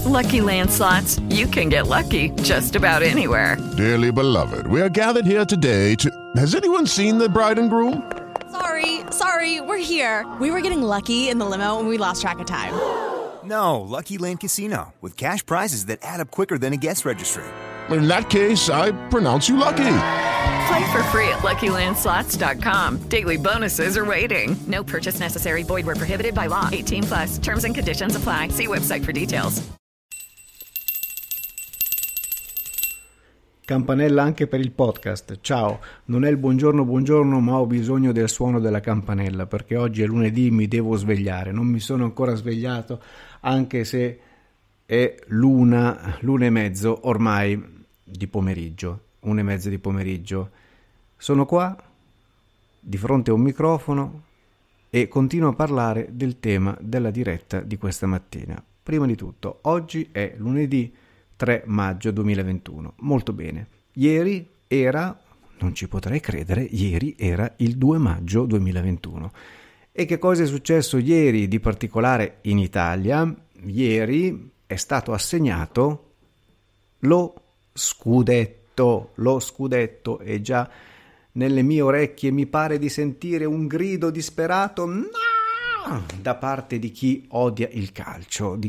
Lucky Land Slots, you can get lucky just about anywhere. Dearly beloved, we are gathered here today to... Has anyone seen the bride and groom? Sorry, we're here. We were getting lucky in the limo and we lost track of time. No, Lucky Land Casino, with cash prizes that add up quicker than a guest registry. In that case, I pronounce you lucky. Play for free at LuckyLandSlots.com. Daily bonuses are waiting. No purchase necessary. Void where prohibited by law. 18+. Terms and conditions apply. See website for details. Campanella anche per il podcast. Ciao, non è il buongiorno, ma ho bisogno del suono della campanella perché oggi è lunedì, mi devo svegliare. Non mi sono ancora svegliato, anche se è l'una e mezzo ormai di pomeriggio. 1:30 di pomeriggio. Sono qua di fronte a un microfono e continuo a parlare del tema della diretta di questa mattina. Prima di tutto, oggi è lunedì 3 maggio 2021. Molto bene. Ieri era, non ci potrei credere, ieri era il 2 maggio 2021. E che cosa è successo ieri di particolare in Italia? Ieri è stato assegnato lo scudetto e già nelle mie orecchie mi pare di sentire un grido disperato no! Da parte di chi odia il calcio,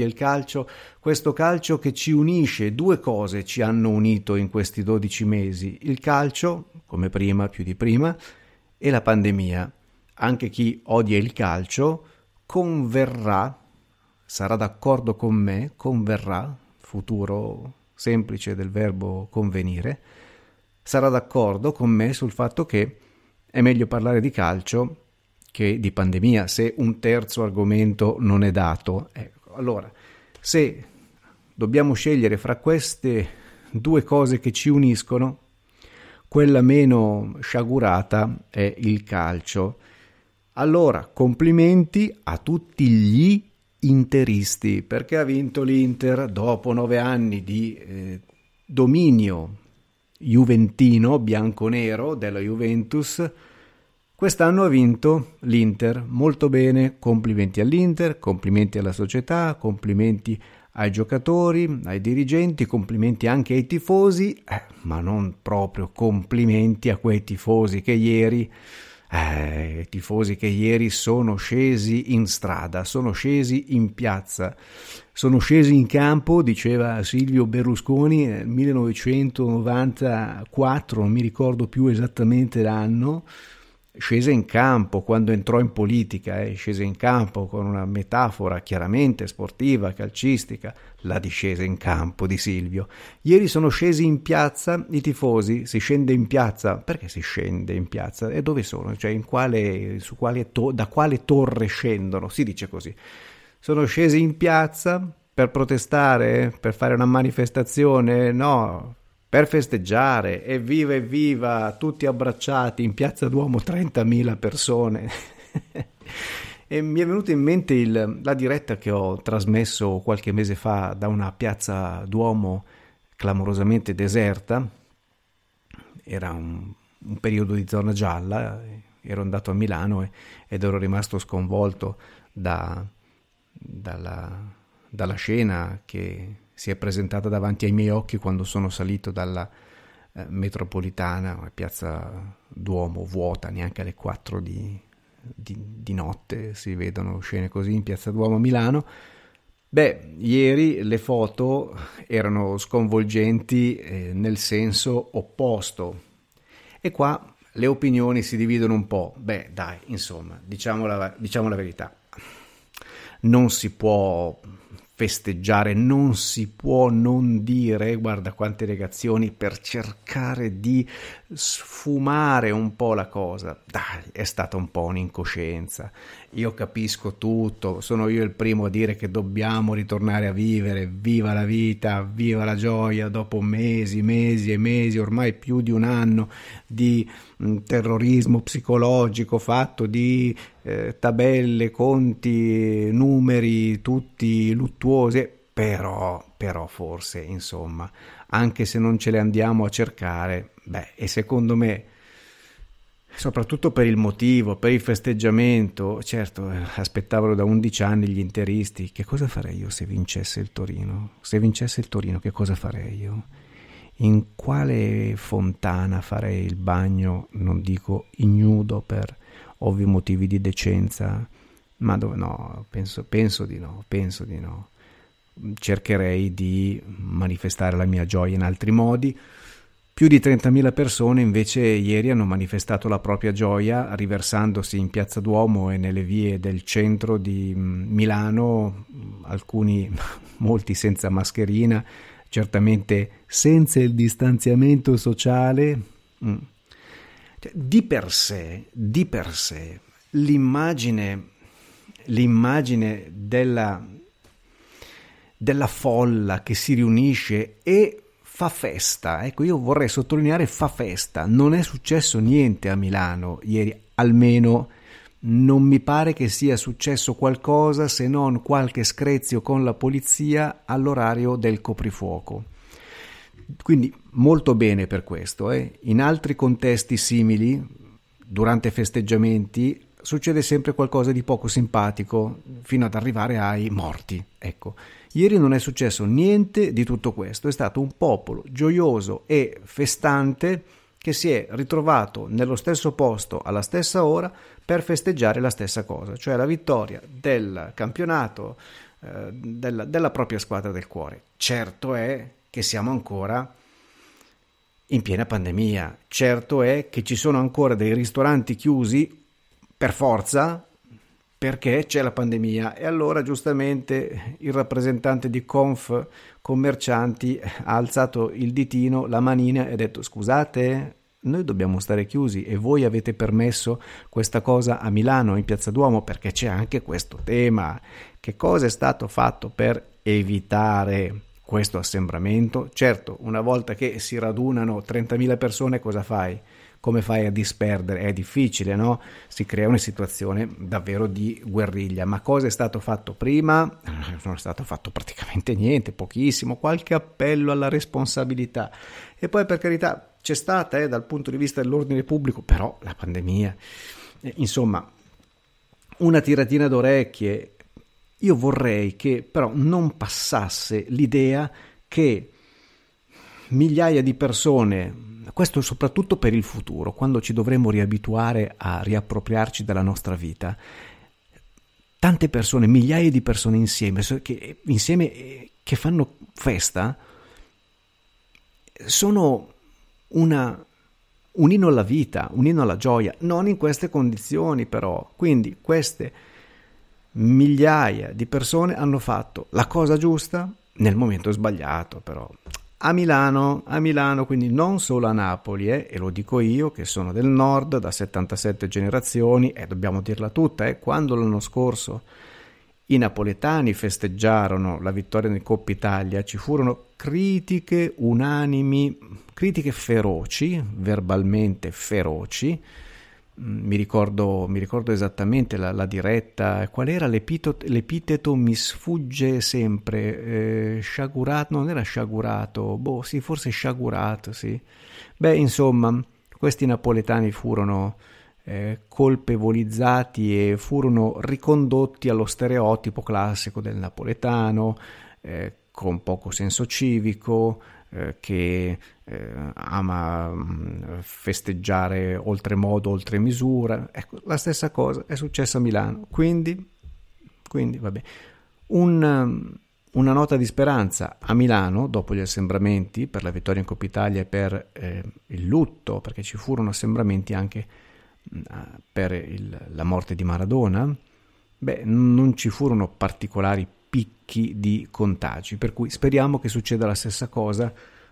questo calcio che ci unisce. Due cose ci hanno unito in questi 12 mesi, il calcio, come prima, più di prima, e la pandemia. Anche chi odia il calcio converrà, sarà d'accordo con me, converrà, futuro semplice del verbo convenire, sarà d'accordo con me sul fatto che è meglio parlare di calcio che di pandemia, se un terzo argomento non è dato. Allora, se dobbiamo scegliere fra queste due cose che ci uniscono, quella meno sciagurata è il calcio. Allora, complimenti a tutti gli interisti, perché ha vinto l'Inter dopo 9 anni di dominio juventino, bianconero della Juventus. Quest'anno ha vinto l'Inter, molto bene, complimenti all'Inter, complimenti alla società, complimenti ai giocatori, ai dirigenti, complimenti anche ai tifosi, ma non proprio complimenti a quei tifosi che ieri sono scesi in strada, sono scesi in piazza, sono scesi in campo, diceva Silvio Berlusconi nel 1994, non mi ricordo più esattamente l'anno. Scese in campo quando entrò in politica, scese in campo con una metafora chiaramente sportiva, calcistica, la discesa in campo di Silvio. Ieri sono scesi in piazza i tifosi, si scende in piazza, perché si scende in piazza? E dove sono? Cioè da quale torre scendono? Si dice così. Sono scesi in piazza per protestare, per fare una manifestazione? No, per festeggiare, evviva, tutti abbracciati in Piazza Duomo, 30.000 persone. E mi è venuta in mente la diretta che ho trasmesso qualche mese fa da una Piazza Duomo clamorosamente deserta. Era un periodo di zona gialla, ero andato a Milano ed ero rimasto sconvolto dalla scena che si è presentata davanti ai miei occhi quando sono salito dalla metropolitana, Piazza Duomo vuota, neanche alle 4 di notte si vedono scene così in Piazza Duomo a Milano. Ieri le foto erano sconvolgenti nel senso opposto e qua le opinioni si dividono un po'. Dai, insomma, diciamo la verità, non si può festeggiare, non si può non dire guarda quante negazioni per cercare di sfumare un po' la cosa. Dai, è stata un po' un'incoscienza. Io capisco tutto, sono io il primo a dire che dobbiamo ritornare a vivere, viva la vita, viva la gioia dopo mesi e mesi, ormai più di un anno di terrorismo psicologico fatto di tabelle, conti, numeri tutti luttuosi, però forse insomma, anche se non ce le andiamo a cercare, e secondo me soprattutto per il motivo, per il festeggiamento. Certo, aspettavano da 11 anni gli interisti. Che cosa farei io se vincesse il Torino? Se vincesse il Torino, che cosa farei io? In quale fontana farei il bagno, non dico ignudo per ovvi motivi di decenza, ma no, penso di no. Cercherei di manifestare la mia gioia in altri modi. Più di 30.000 persone invece ieri hanno manifestato la propria gioia riversandosi in Piazza Duomo e nelle vie del centro di Milano, molti senza mascherina, certamente senza il distanziamento sociale. Di per sé l'immagine della folla che si riunisce e fa festa, ecco, io vorrei sottolineare fa festa. Non è successo niente a Milano ieri, almeno non mi pare che sia successo qualcosa se non qualche screzio con la polizia all'orario del coprifuoco. Quindi molto bene per questo. In altri contesti simili, durante festeggiamenti, succede sempre qualcosa di poco simpatico fino ad arrivare ai morti. Ecco, ieri non è successo niente di tutto questo, è stato un popolo gioioso e festante che si è ritrovato nello stesso posto alla stessa ora per festeggiare la stessa cosa, cioè la vittoria del campionato della propria squadra del cuore. Certo è che siamo ancora in piena pandemia, certo è che ci sono ancora dei ristoranti chiusi per forza perché c'è la pandemia, e allora giustamente il rappresentante di Conf Commercianti ha alzato il ditino, la manina, e ha detto: scusate, noi dobbiamo stare chiusi e voi avete permesso questa cosa a Milano in Piazza Duomo, perché c'è anche questo tema. Che cosa è stato fatto per evitare questo assembramento? Certo, una volta che si radunano 30.000 persone, cosa fai? Come fai a disperdere? È difficile, no? Si crea una situazione davvero di guerriglia. Ma cosa è stato fatto prima? Non è stato fatto praticamente niente, pochissimo, qualche appello alla responsabilità. E poi, per carità, c'è stata dal punto di vista dell'ordine pubblico, però la pandemia, insomma, una tiratina d'orecchie. Io vorrei che però non passasse l'idea che migliaia di persone, questo soprattutto per il futuro, quando ci dovremo riabituare a riappropriarci della nostra vita, tante persone, migliaia di persone insieme che fanno festa, sono un inno alla vita, un inno alla gioia, non in queste condizioni però. Quindi queste migliaia di persone hanno fatto la cosa giusta nel momento sbagliato, però. A Milano, quindi non solo a Napoli, e lo dico io che sono del nord da 77 generazioni, e dobbiamo dirla tutta, quando l'anno scorso i napoletani festeggiarono la vittoria nel Coppa Italia, ci furono critiche unanimi, critiche feroci, verbalmente feroci. Mi ricordo esattamente la diretta. Qual era l'epiteto? Mi sfugge sempre. Sciagurato? Non era sciagurato, sì, forse sciagurato, sì. Insomma, questi napoletani furono colpevolizzati e furono ricondotti allo stereotipo classico del napoletano, con poco senso civico, che ama festeggiare oltremodo, oltre misura. Ecco, la stessa cosa è successa a Milano. Quindi vabbè, una nota di speranza a Milano dopo gli assembramenti per la vittoria in Coppa Italia e per il lutto, perché ci furono assembramenti anche per la morte di Maradona. Non ci furono particolari picchi di contagi, per cui speriamo che succeda la stessa cosa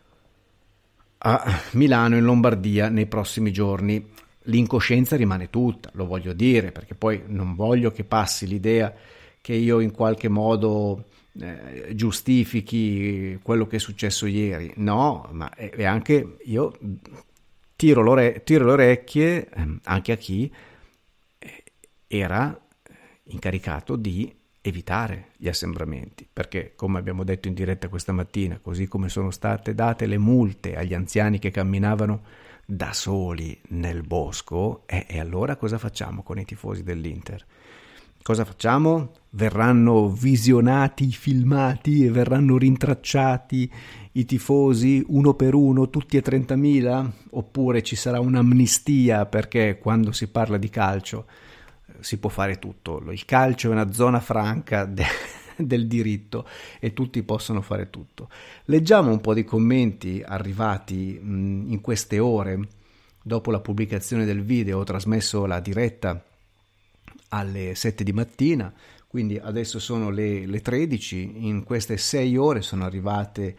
a Milano e in Lombardia nei prossimi giorni. L'incoscienza rimane tutta, lo voglio dire, perché poi non voglio che passi l'idea che io in qualche modo giustifichi quello che è successo ieri. No, ma è anche io tiro le orecchie anche a chi era incaricato di evitare gli assembramenti, perché come abbiamo detto in diretta questa mattina, così come sono state date le multe agli anziani che camminavano da soli nel bosco, e allora cosa facciamo con i tifosi dell'Inter? Cosa facciamo? Verranno visionati, filmati e verranno rintracciati i tifosi uno per uno, tutti e 30.000? Oppure ci sarà un'amnistia, perché quando si parla di calcio si può fare tutto. Il calcio è una zona franca del diritto e tutti possono fare tutto. Leggiamo un po' di commenti arrivati in queste ore dopo la pubblicazione del video. Ho trasmesso la diretta alle 7 di mattina, quindi adesso sono le 13. In queste 6 ore sono arrivate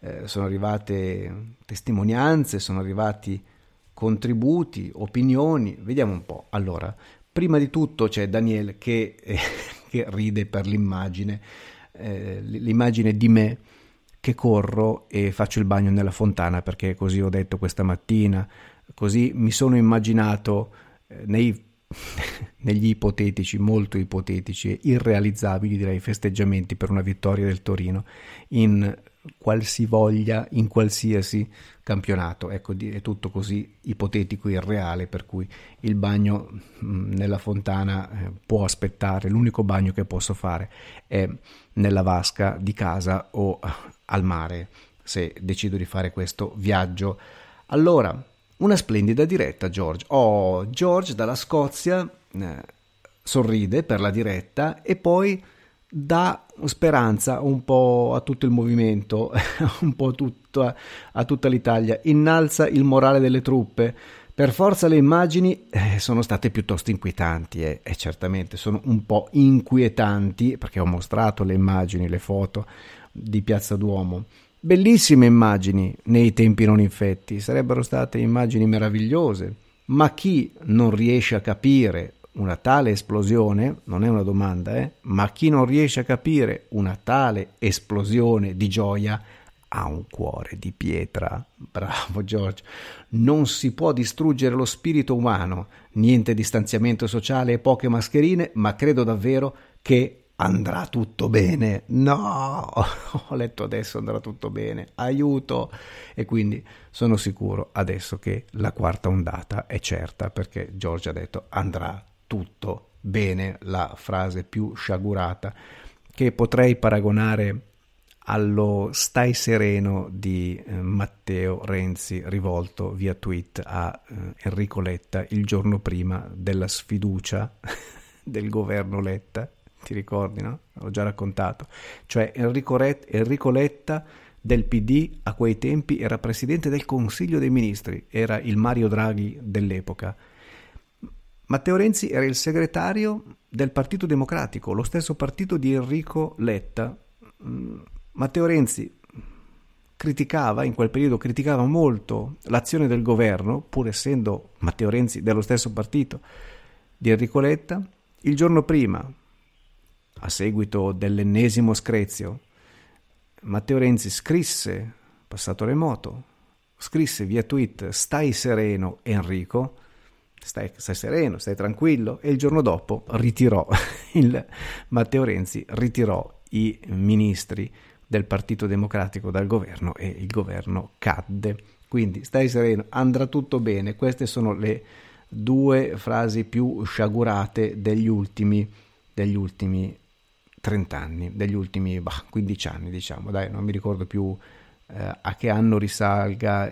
testimonianze, sono arrivati contributi, opinioni. Vediamo un po'. Allora, prima di tutto c'è Daniel che ride per l'immagine di me che corro e faccio il bagno nella fontana, perché così ho detto questa mattina, così mi sono immaginato negli ipotetici, molto ipotetici e irrealizzabili, direi, festeggiamenti per una vittoria del Torino in qualsiasi campionato. Ecco, è tutto così ipotetico e irreale, per cui il bagno nella fontana può aspettare. L'unico bagno che posso fare è nella vasca di casa o al mare, se decido di fare questo viaggio. Allora, una splendida diretta, George. George dalla Scozia sorride per la diretta e poi dà speranza un po' a tutto il movimento, un po' a tutta l'Italia, innalza il morale delle truppe. Per forza le immagini sono state piuttosto inquietanti, e certamente sono un po' inquietanti, perché ho mostrato le immagini, le foto di Piazza Duomo. Bellissime immagini nei tempi non infetti, sarebbero state immagini meravigliose, ma chi non riesce a capire una tale esplosione, non è una domanda, ma chi non riesce a capire una tale esplosione di gioia ha un cuore di pietra. Bravo George. Non si può distruggere lo spirito umano, niente distanziamento sociale e poche mascherine, ma credo davvero che andrà tutto bene. No, ho letto adesso andrà tutto bene, aiuto. E quindi sono sicuro adesso che la quarta ondata è certa, perché George ha detto andrà tutto bene, la frase più sciagurata, che potrei paragonare allo stai sereno di Matteo Renzi rivolto via tweet a Enrico Letta il giorno prima della sfiducia del governo Letta. Ti ricordi, no? L'ho già raccontato. Cioè Enrico Letta del PD a quei tempi era presidente del Consiglio dei Ministri, era il Mario Draghi dell'epoca. Matteo Renzi era il segretario del Partito Democratico, lo stesso partito di Enrico Letta. Matteo Renzi in quel periodo criticava molto l'azione del governo, pur essendo Matteo Renzi dello stesso partito di Enrico Letta. Il giorno prima, a seguito dell'ennesimo screzio, Matteo Renzi scrisse, passato remoto, scrisse via tweet: stai sereno Enrico, stai sereno, stai tranquillo, e il giorno dopo Matteo Renzi ritirò i ministri del Partito Democratico dal governo e il governo cadde. Quindi stai sereno, andrà tutto bene. Queste sono le due frasi più sciagurate degli ultimi 30 anni, degli ultimi 15 anni, diciamo. Dai, non mi ricordo più a che anno risalga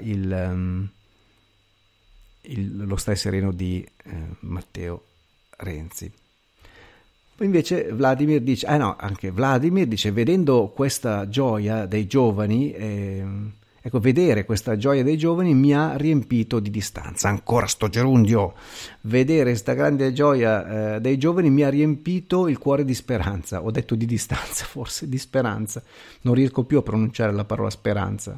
lo stai sereno di Matteo Renzi. Poi invece Vladimir dice, vedendo questa gioia dei giovani, vedere questa gioia dei giovani mi ha riempito di distanza. Ancora sto gerundio. Vedere questa grande gioia dei giovani mi ha riempito il cuore di speranza. Ho detto di distanza, forse, di speranza. Non riesco più a pronunciare la parola speranza.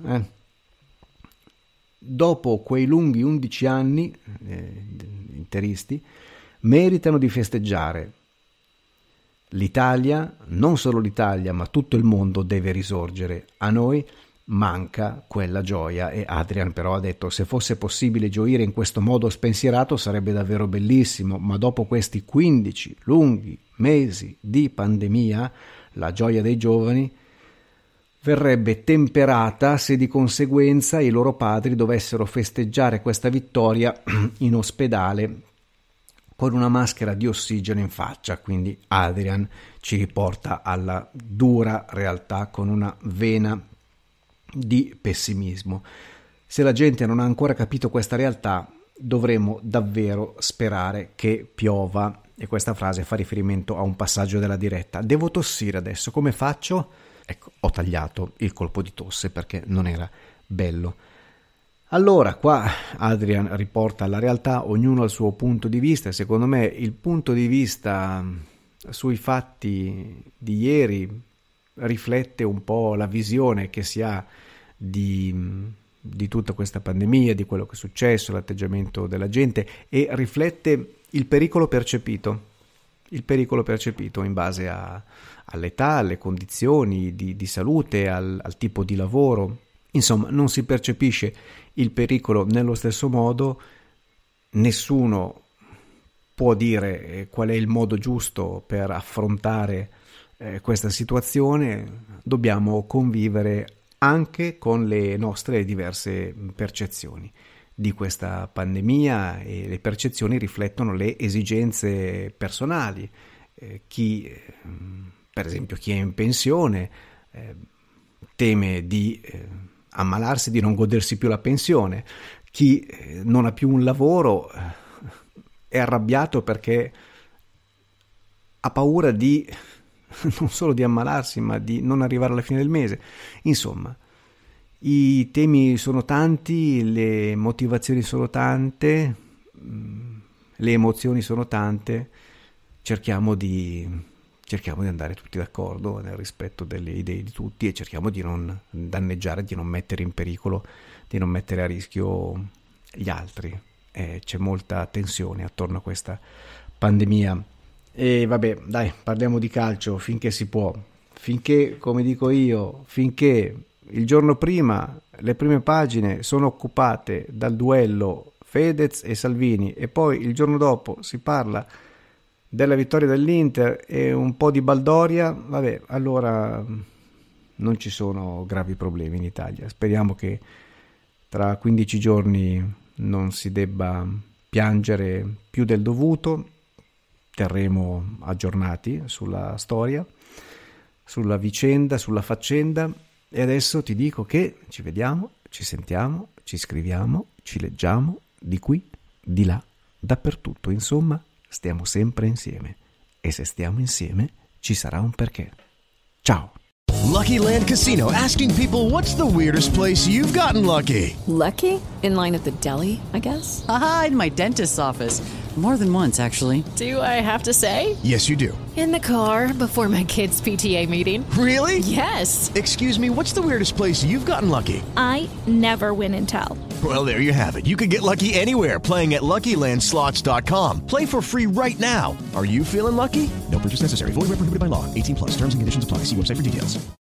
Dopo quei lunghi 11 anni, interisti, meritano di festeggiare. L'Italia, non solo l'Italia, ma tutto il mondo deve risorgere. A noi manca quella gioia, e Adrian però ha detto: se fosse possibile gioire in questo modo spensierato sarebbe davvero bellissimo, ma dopo questi 15 lunghi mesi di pandemia, la gioia dei giovani verrebbe temperata se di conseguenza i loro padri dovessero festeggiare questa vittoria in ospedale con una maschera di ossigeno in faccia. Quindi Adrian ci riporta alla dura realtà con una vena di pessimismo. Se la gente non ha ancora capito questa realtà, dovremo davvero sperare che piova. E questa frase fa riferimento a un passaggio della diretta. Devo tossire adesso, come faccio? Ecco, ho tagliato il colpo di tosse perché non era bello. Allora, qua Adrian riporta la realtà, ognuno ha il suo punto di vista, e secondo me il punto di vista sui fatti di ieri riflette un po' la visione che si ha di tutta questa pandemia, di quello che è successo, l'atteggiamento della gente, e riflette il pericolo percepito in base all'età, alle condizioni di salute, al tipo di lavoro. Insomma, non si percepisce il pericolo nello stesso modo, nessuno può dire qual è il modo giusto per affrontare questa situazione, dobbiamo convivere anche con le nostre diverse percezioni di questa pandemia, e le percezioni riflettono le esigenze personali. Chi, per esempio, chi è in pensione teme di ammalarsi, di non godersi più la pensione. Chi non ha più un lavoro è arrabbiato perché ha paura di non solo di ammalarsi, ma di non arrivare alla fine del mese. Insomma, i temi sono tanti, le motivazioni sono tante, le emozioni sono tante. Cerchiamo di andare tutti d'accordo nel rispetto delle idee di tutti, e cerchiamo di non danneggiare, di non mettere in pericolo, di non mettere a rischio gli altri. C'è molta tensione attorno a questa pandemia. E vabbè, dai, parliamo di calcio finché si può, finché, come dico io, finché il giorno prima le prime pagine sono occupate dal duello Fedez e Salvini, e poi il giorno dopo si parla della vittoria dell'Inter e un po' di baldoria, vabbè, allora non ci sono gravi problemi in Italia. Speriamo che tra 15 giorni non si debba piangere più del dovuto. Terremo aggiornati sulla storia, sulla vicenda, sulla faccenda, e adesso ti dico che ci vediamo, ci sentiamo, ci scriviamo, ci leggiamo di qui, di là, dappertutto. Insomma, stiamo sempre insieme, e se stiamo insieme ci sarà un perché. Ciao. Lucky Land Casino, asking people, what's the weirdest place you've gotten lucky? Lucky? In line at the deli, I guess? Aha, in my dentist's office. More than once, actually. Do I have to say? Yes, you do. In the car before my kids' PTA meeting. Really? Yes. Excuse me, what's the weirdest place you've gotten lucky? I never win and tell. Well, there you have it. You can get lucky anywhere, playing at LuckyLandSlots.com. Play for free right now. Are you feeling lucky? No purchase necessary. Void where prohibited by law. 18+. Terms and conditions apply. See website for details.